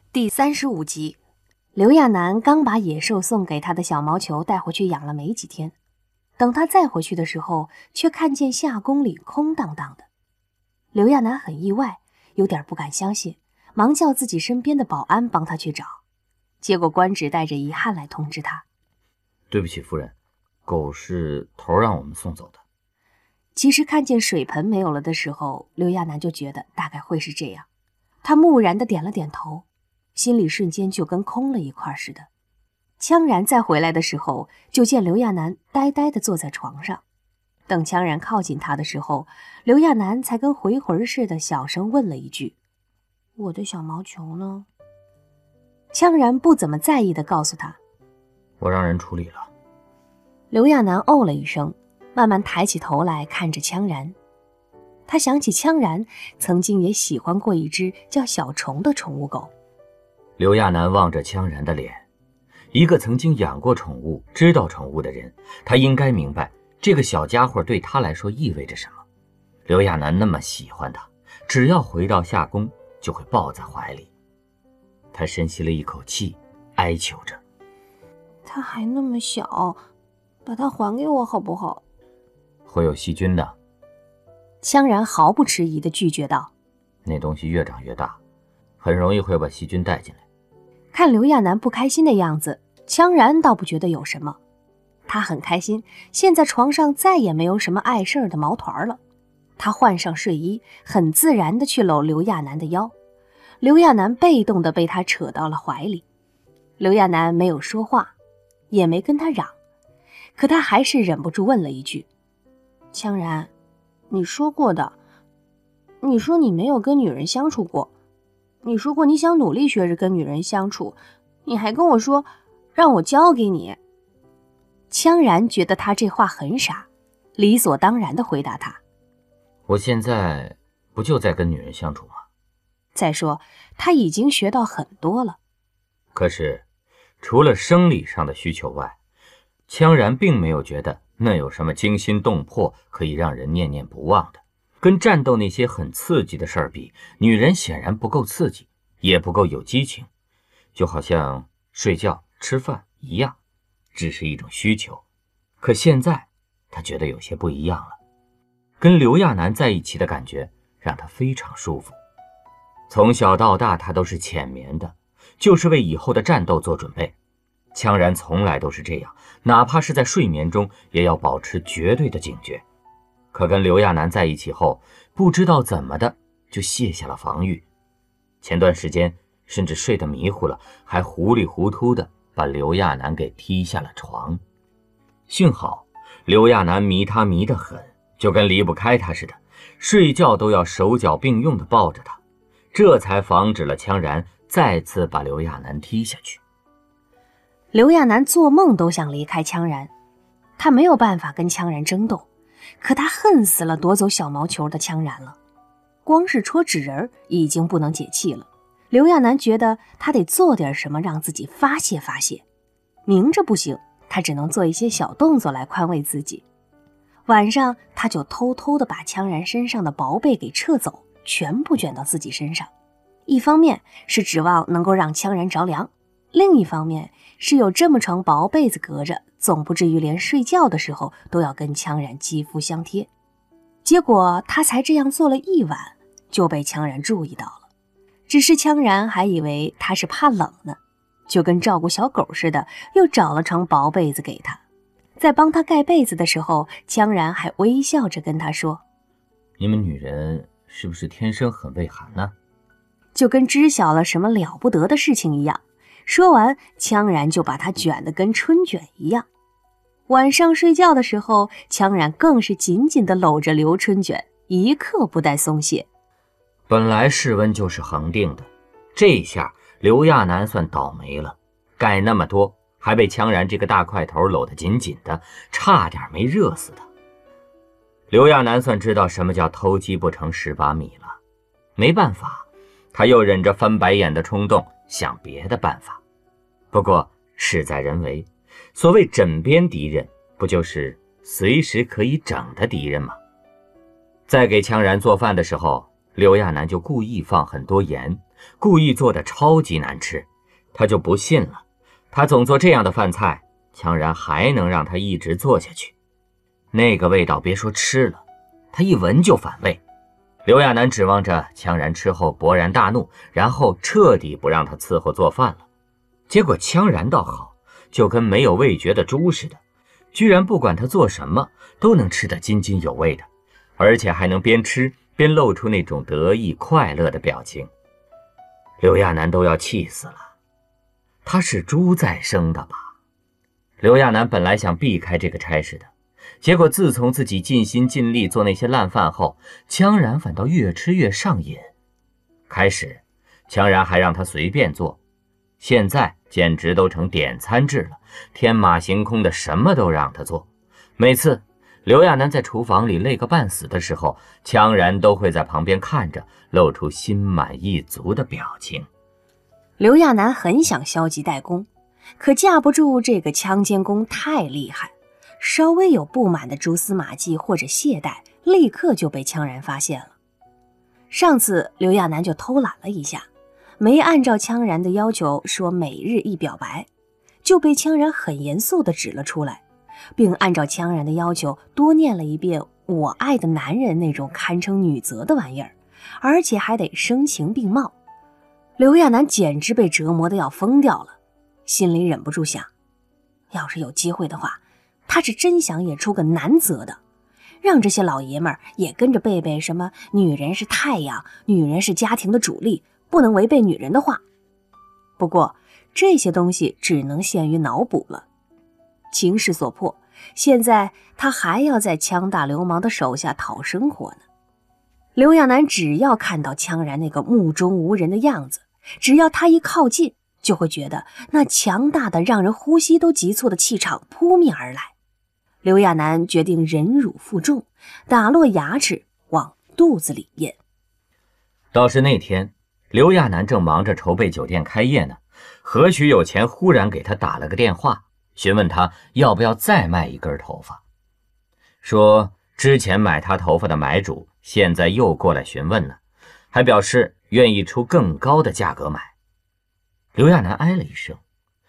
第35集，刘亚楠刚把野兽送给他的小毛球带回去养了没几天，等他再回去的时候，却看见夏宫里空荡荡的。刘亚楠很意外，有点不敢相信，忙叫自己身边的保安帮他去找。结果官职带着遗憾来通知他： 对不起夫人，狗是头让我们送走的。 其实看见水盆没有了的时候，刘亚楠就觉得大概会是这样。他木然地点了点头，心里瞬间就跟空了一块似的。羌然再回来的时候，就见刘亚楠呆呆地坐在床上。等羌然靠近他的时候，刘亚楠才跟回魂似的小声问了一句：我的小毛球呢？羌然不怎么在意地告诉他： 我让人处理了。 刘亚楠哦了一声，慢慢抬起头来看着羌然。他想起羌然曾经也喜欢过一只叫小虫的宠物狗。 刘亚楠望着羌然的脸，一个曾经养过宠物、知道宠物的人，他应该明白这个小家伙对他来说意味着什么。刘亚楠那么喜欢他，只要回到夏宫就会抱在怀里。他深吸了一口气，哀求着： 他还那么小，把它还给我好不好？ 会有细菌的。 羌然毫不迟疑地拒绝道： 那东西越长越大，很容易会把细菌带进来。 看刘亚楠不开心的样子，羌然倒不觉得有什么。他很开心，现在床上再也没有什么碍事儿的毛团了。他换上睡衣，很自然地去搂刘亚楠的腰。刘亚楠被动地被他扯到了怀里。刘亚楠没有说话，也没跟他嚷，可他还是忍不住问了一句：羌然，你说过的，你说你没有跟女人相处过，你说过你想努力学着跟女人相处，你还跟我说让我教给你。羌然觉得他这话很傻，理所当然地回答他： 我现在不就在跟女人相处吗？ 再说他已经学到很多了。 可是除了生理上的需求外，羌然并没有觉得那有什么惊心动魄可以让人念念不忘的。跟战斗那些很刺激的事儿比，女人显然不够刺激，也不够有激情，就好像睡觉吃饭一样，只是一种需求。可现在他觉得有些不一样了，跟刘亚楠在一起的感觉让他非常舒服。从小到大他都是浅眠的，就是为以后的战斗做准备。羌然从来都是这样，哪怕是在睡眠中也要保持绝对的警觉。可跟刘亚楠在一起后，不知道怎么的就卸下了防御。前段时间甚至睡得迷糊了，还糊里糊涂的把刘亚楠给踢下了床。幸好刘亚楠迷他迷得很，就跟离不开他似的，睡觉都要手脚并用的抱着他，这才防止了羌然再次把刘亚楠踢下去。 刘亚楠做梦都想离开羌然，他没有办法跟羌然争斗，可他恨死了夺走小毛球的羌然了。光是戳纸人已经不能解气了，刘亚楠觉得他得做点什么让自己发泄发泄。明着不行，他只能做一些小动作来宽慰自己。晚上他就偷偷地把羌然身上的薄被给撤走，全部卷到自己身上。一方面是指望能够让羌然着凉，另一方面是有这么床薄被子隔着，总不至于连睡觉的时候都要跟羌然肌肤相贴。结果他才这样做了一晚，就被羌然注意到了。只是羌然还以为他是怕冷呢，就跟照顾小狗似的，又找了床薄被子给他。在帮他盖被子的时候，羌然还微笑着跟他说： 你们女人是不是天生很畏寒呢？ 就跟知晓了什么了不得的事情一样。说完，羌然就把他卷得跟春卷一样。晚上睡觉的时候，羌然更是紧紧地搂着刘春卷，一刻不带松懈。 本来室温就是恒定的，这下刘亚楠算倒霉了，盖那么多，还被羌然这个大块头搂得紧紧的，差点没热死他。刘亚楠算知道什么叫偷鸡不成蚀把米了，没办法，他又忍着翻白眼的冲动，想别的办法。不过事在人为，所谓枕边敌人，不就是随时可以整的敌人吗？在给羌然做饭的时候，刘亚楠就故意放很多盐， 故意做的超级难吃，他就不信了，他总做这样的饭菜，羌然还能让他一直做下去。那个味道别说吃了，他一闻就反胃。刘亚楠指望着羌然吃后勃然大怒，然后彻底不让他伺候做饭了。结果羌然倒好，就跟没有味觉的猪似的，居然不管他做什么都能吃得津津有味的，而且还能边吃边露出那种得意快乐的表情。刘亚楠都要气死了，他是猪在生的吧？刘亚楠本来想避开这个差事的，结果自从自己尽心尽力做那些烂饭后，羌然反倒越吃越上瘾。开始羌然还让他随便做，现在简直都成点餐制了，天马行空的什么都让他做。每次刘亚楠在厨房里累个半死的时候，羌然都会在旁边看着，露出心满意足的表情。 刘亚楠很想消极怠工，可架不住这个羌监工太厉害，稍微有不满的蛛丝马迹或者懈怠，立刻就被羌然发现了。上次刘亚楠就偷懒了一下，没按照羌然的要求说每日一表白，就被羌然很严肃地指了出来，并按照羌然的要求多念了一遍我爱的男人那种堪称女责的玩意儿，而且还得声情并茂。刘亚楠简直被折磨得要疯掉了，心里忍不住想，要是有机会的话，他是真想也出个男责的，让这些老爷们儿也跟着背背什么女人是太阳，女人是家庭的主力，不能违背女人的话。不过这些东西只能限于脑补了，情势所迫，现在他还要在羌大流氓的手下讨生活呢。刘亚楠只要看到羌然那个目中无人的样子，只要他一靠近，就会觉得那强大的让人呼吸都急促的气场扑面而来。刘亚楠决定忍辱负重，打落牙齿往肚子里咽。 倒是那天刘亚楠正忙着筹备酒店开业呢，何许有钱忽然给他打了个电话，询问他要不要再卖一根头发，说之前买他头发的买主现在又过来询问了，还表示愿意出更高的价格买。刘亚楠哎了一声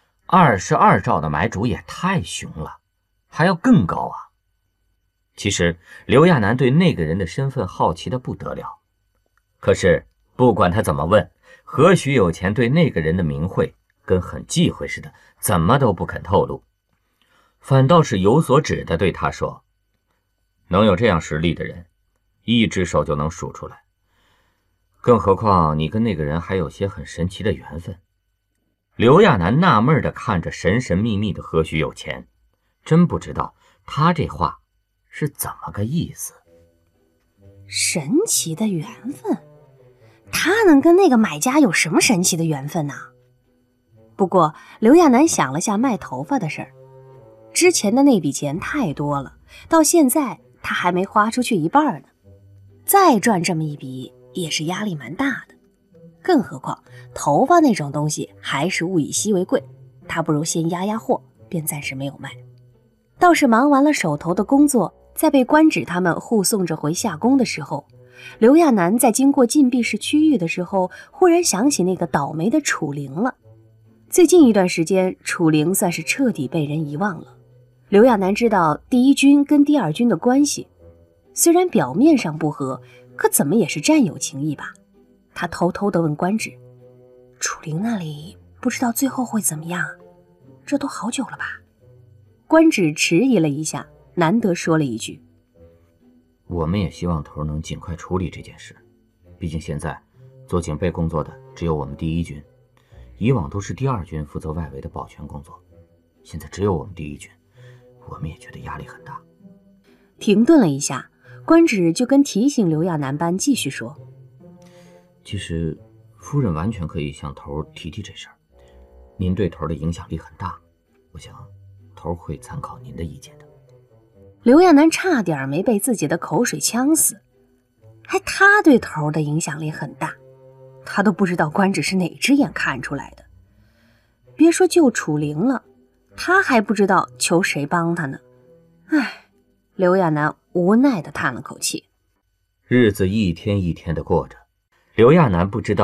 ，22兆的买主也太凶了，还要更高啊！其实刘亚楠对那个人的身份好奇的不得了，可是不管他怎么问，何许有钱对那个人的名讳跟很忌讳似的，怎么都不肯透露，反倒是有所指的对他说，能有这样实力的人，一只手就能数出来，更何况你跟那个人还有些很神奇的缘分。刘亚楠纳闷地看着神神秘秘的何许有钱，真不知道他这话是怎么个意思。 神奇的缘分？他能跟那个买家有什么神奇的缘分呢？不过刘亚楠想了下卖头发的事儿，之前的那笔钱太多了，到现在他还没花出去一半呢，再赚这么一笔也是压力蛮大的。更何况头发那种东西还是物以稀为贵，他不如先压货，便暂时没有卖。倒是忙完了手头的工作，在被官职他们护送着回夏宫的时候，刘亚楠在经过禁闭室区域的时候，忽然想起那个倒霉的楚灵了。最近一段时间，楚灵算是彻底被人遗忘了。刘亚楠知道第一军跟第二军的关系，虽然表面上不和，可怎么也是战友情谊吧。他偷偷地问官职，楚灵那里不知道最后会怎么样，这都好久了吧？官职迟疑了一下，难得说了一句， 我们也希望头能尽快处理这件事，毕竟现在做警备工作的只有我们第一军，以往都是第二军负责外围的保全工作，现在只有我们第一军，我们也觉得压力很大。 停顿了一下，官职就跟提醒刘亚楠般继续说， 其实夫人完全可以向头提这事儿，您对头的影响力很大，我想头会参考您的意见的。 刘亚楠差点没被自己的口水呛死，还他对头的影响力很大，他都不知道官职是哪只眼看出来的。别说救楚灵了，他还不知道求谁帮他呢。唉，刘亚楠无奈地叹了口气。 日子一天一天的过着，刘亚楠不知道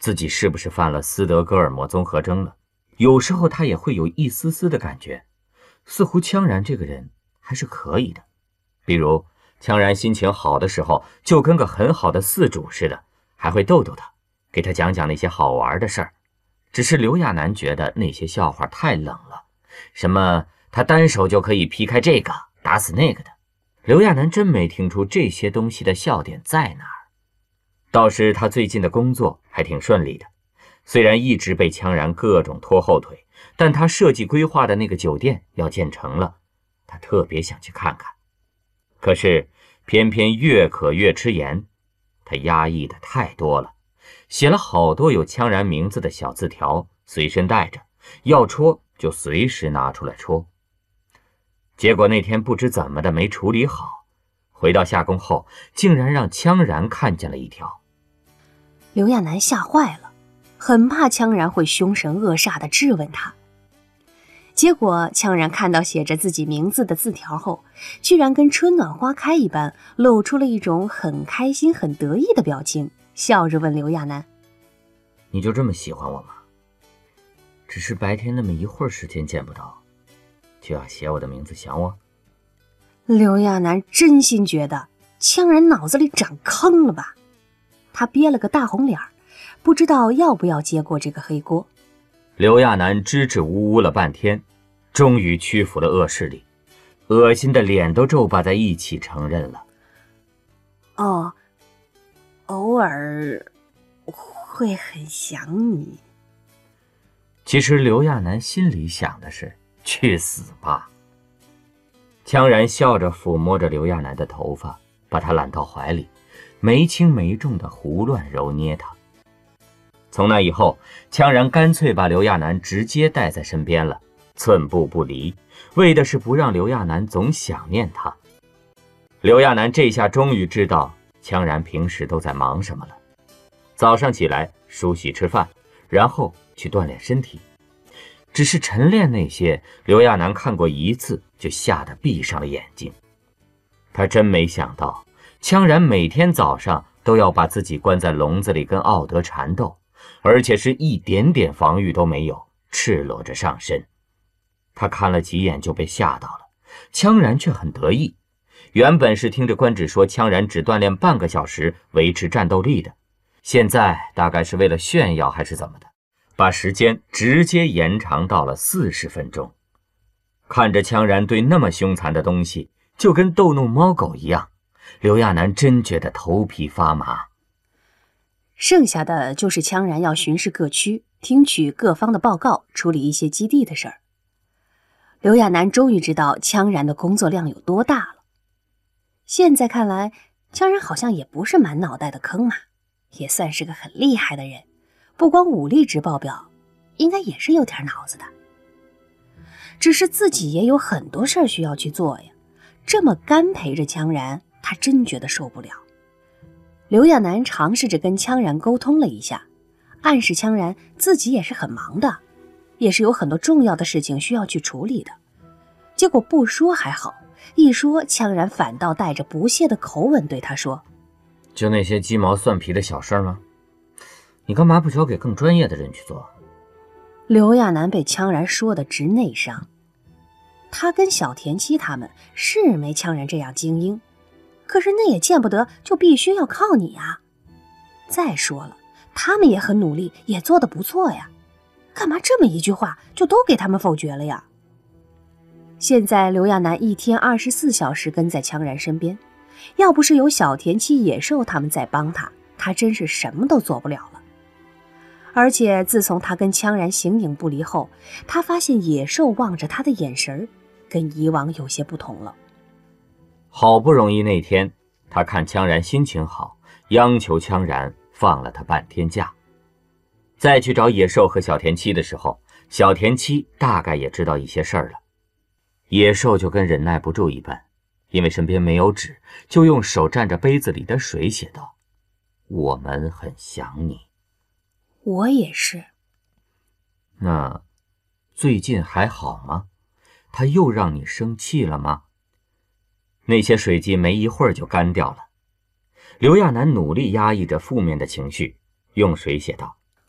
自己是不是犯了斯德哥尔摩综合征了。有时候他也会有一丝丝的感觉，似乎羌然这个人还是可以的。比如羌然心情好的时候，就跟个很好的饲主似的，还会逗逗他，给他讲讲那些好玩的事儿。只是刘亚楠觉得那些笑话太冷了，什么他单手就可以劈开这个打死那个的，刘亚楠真没听出这些东西的笑点在哪儿。倒是他最近的工作还挺顺利的，虽然一直被羌然各种拖后腿，但他设计规划的那个酒店要建成了，他特别想去看看。可是偏偏越渴越吃盐，他压抑的太多了，写了好多有羌然名字的小字条，随身带着，要戳就随时拿出来戳。结果那天不知怎么的没处理好，回到夏宫后竟然让羌然看见了一条。 刘亚楠吓坏了，很怕羌然会凶神恶煞地质问他。结果羌然看到写着自己名字的字条后，居然跟春暖花开一般，露出了一种很开心很得意的表情，笑着问刘亚楠： 你就这么喜欢我吗？只是白天那么一会儿时间见不到，就要写我的名字想我？ 刘亚楠真心觉得羌然脑子里长坑了吧，他憋了个大红脸，不知道要不要接过这个黑锅。 刘亚楠支支吾吾了半天，终于屈服了恶势力，恶心的脸都皱巴在一起承认了。 哦，偶尔会很想你。 其实刘亚楠心里想的是去死吧。羌然笑着抚摸着刘亚楠的头发，把他揽到怀里，没轻没重地胡乱揉捏他。从那以后，羌然干脆把刘亚楠直接带在身边了，寸步不离，为的是不让刘亚楠总想念他。刘亚楠这下终于知道羌然平时都在忙什么了。早上起来梳洗吃饭，然后去锻炼身体。只是晨练那些，刘亚楠看过一次就吓得闭上了眼睛。他真没想到，羌然每天早上都要把自己关在笼子里跟奥德缠斗，而且是一点点防御都没有，赤裸着上身。他看了几眼就被吓到了，羌然却很得意。原本是听着官职说羌然只锻炼半个小时维持战斗力的，现在大概是为了炫耀还是怎么的，把时间直接延长到了40分钟。看着羌然对那么凶残的东西，就跟逗弄猫狗一样，刘亚楠真觉得头皮发麻。 剩下的就是羌然要巡视各区，听取各方的报告，处理一些基地的事儿。刘亚楠终于知道羌然的工作量有多大了。现在看来，羌然好像也不是满脑袋的坑嘛，也算是个很厉害的人，不光武力值爆表，应该也是有点脑子的。只是自己也有很多事儿需要去做呀，这么干陪着羌然，他真觉得受不了。刘亚楠尝试着跟羌然沟通了一下，暗示羌然自己也是很忙的，也是有很多重要的事情需要去处理的。结果不说还好，一说羌然反倒带着不屑的口吻对他说： 就那些鸡毛蒜皮的小事吗？你干嘛不交给更专业的人去做？ 刘亚楠被羌然说的直内伤。他跟小田七他们是没羌然这样精英，可是那也见不得就必须要靠你啊。再说了，他们也很努力，也做得不错呀，干嘛这么一句话就都给他们否决了呀？现在刘亚楠一天24小时跟在羌然身边，要不是有小田七、野兽他们在帮他，他真是什么都做不了了。而且自从他跟羌然形影不离后，他发现野兽望着他的眼神跟以往有些不同了。 好不容易那天，他看羌然心情好，央求羌然放了他半天假。再去找野兽和小田七的时候，小田七大概也知道一些事儿了。野兽就跟忍耐不住一般，因为身边没有纸，就用手蘸着杯子里的水写道：我们很想你。 我也是。 那最近还好吗？他又让你生气了吗？那些水迹没一会儿就干掉了。刘亚楠努力压抑着负面的情绪，用水写道：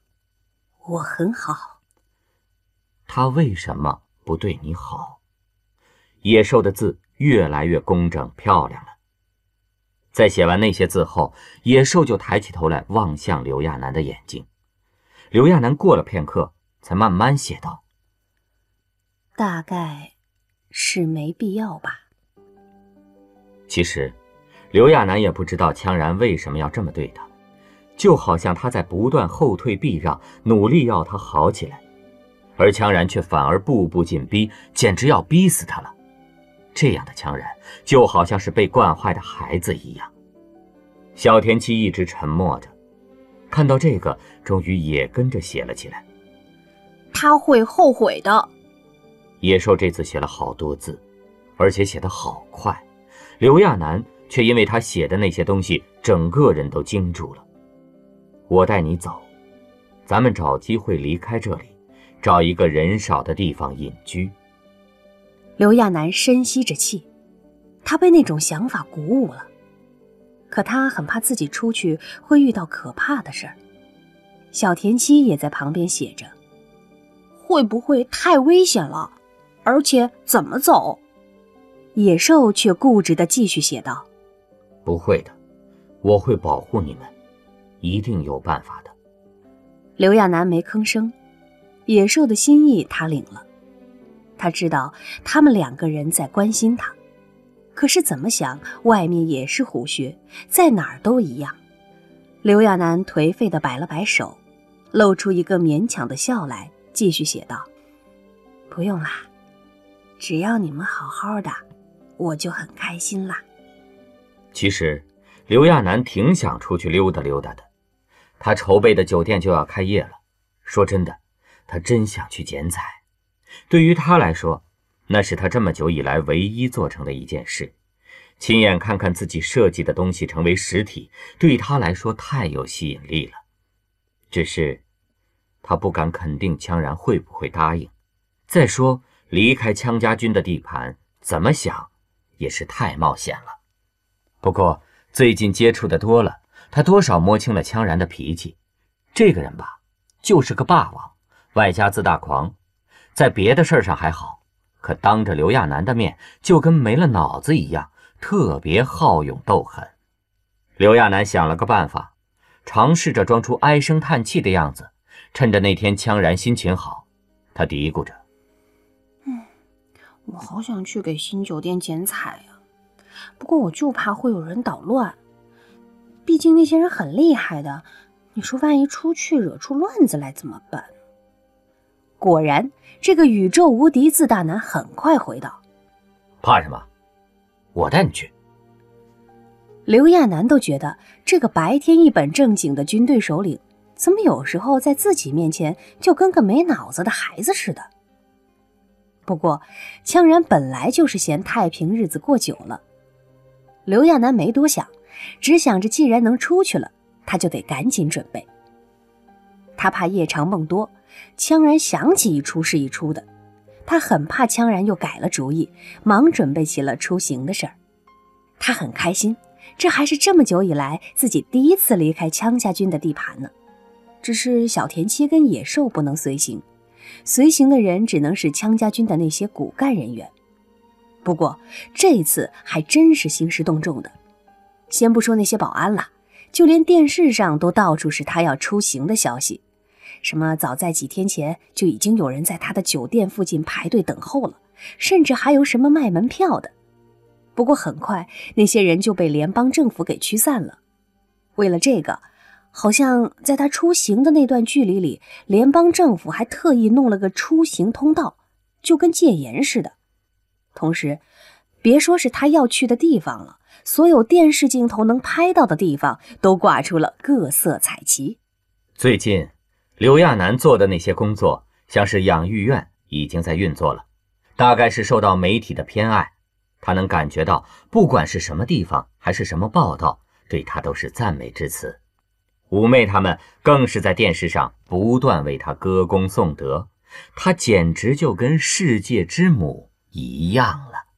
我很好。 他为什么不对你好？野兽的字越来越工整漂亮了。在写完那些字后，野兽就抬起头来望向刘亚楠的眼睛。刘亚楠过了片刻，才慢慢写道： 大概是没必要吧。 其实刘亚楠也不知道羌然为什么要这么对他，就好像他在不断后退避让，努力要他好起来，而羌然却反而步步紧逼，简直要逼死他了。这样的羌然就好像是被惯坏的孩子一样。小田七一直沉默着，看到这个，终于也跟着写了起来。 他会后悔的。 野兽这次写了好多字，而且写得好快，刘亚楠却因为他写的那些东西，整个人都惊住了。我带你走，咱们找机会离开这里，找一个人少的地方隐居。 刘亚楠深吸着气，他被那种想法鼓舞了，可他很怕自己出去会遇到可怕的事儿。小田七也在旁边写着，会不会太危险了？而且怎么走？野兽却固执地继续写道， 不会的，我会保护你们，一定有办法的。 刘亚楠没吭声，野兽的心意他领了。他知道他们两个人在关心他，可是怎么想，外面也是虎穴，在哪儿都一样。刘亚楠颓废地摆了摆手，露出一个勉强的笑来，继续写道，不用啦，只要你们好好的，我就很开心啦。 其实刘亚楠挺想出去溜达溜达的，他筹备的酒店就要开业了，说真的，他真想去剪彩。对于他来说，那是他这么久以来唯一做成的一件事，亲眼看看自己设计的东西成为实体，对他来说太有吸引力了。只是他不敢肯定羌然会不会答应。再说离开羌家军的地盘，怎么想也是太冒险了。不过最近接触的多了，他多少摸清了羌然的脾气。这个人吧，就是个霸王，外加自大狂，在别的事儿上还好，可当着刘亚楠的面就跟没了脑子一样，特别好勇斗狠。刘亚楠想了个办法，尝试着装出唉声叹气的样子，趁着那天羌然心情好，他嘀咕着， 我好想去给新酒店剪彩呀，不过我就怕会有人捣乱，毕竟那些人很厉害的，你说万一出去惹出乱子来怎么办？果然，这个宇宙无敌自大男很快回道， 怕什么？我带你去。 刘亚楠都觉得这个白天一本正经的军队首领，怎么有时候在自己面前就跟个没脑子的孩子似的。不过羌然本来就是嫌太平日子过久了，刘亚楠没多想，只想着既然能出去了，他就得赶紧准备。他怕夜长梦多，羌然想起一出是一出的，他很怕羌然又改了主意，忙准备起了出行的事儿。他很开心，这还是这么久以来自己第一次离开羌家军的地盘呢。只是小田七跟野兽不能随行，随行的人只能是羌家军的那些骨干人员。不过这次还真是兴师动众的，先不说那些保安了，就连电视上都到处是他要出行的消息，什么早在几天前就已经有人在他的酒店附近排队等候了，甚至还有什么卖门票的。不过很快那些人就被联邦政府给驱散了。为了这个，好像在他出行的那段距离里，联邦政府还特意弄了个出行通道，就跟戒严似的。同时别说是他要去的地方了，所有电视镜头能拍到的地方都挂出了各色彩旗。 最近刘亚楠做的那些工作，像是养育院已经在运作了，大概是受到媒体的偏爱，他能感觉到不管是什么地方还是什么报道，对他都是赞美之词。五妹他们更是在电视上不断为他歌功颂德，他简直就跟世界之母一样了。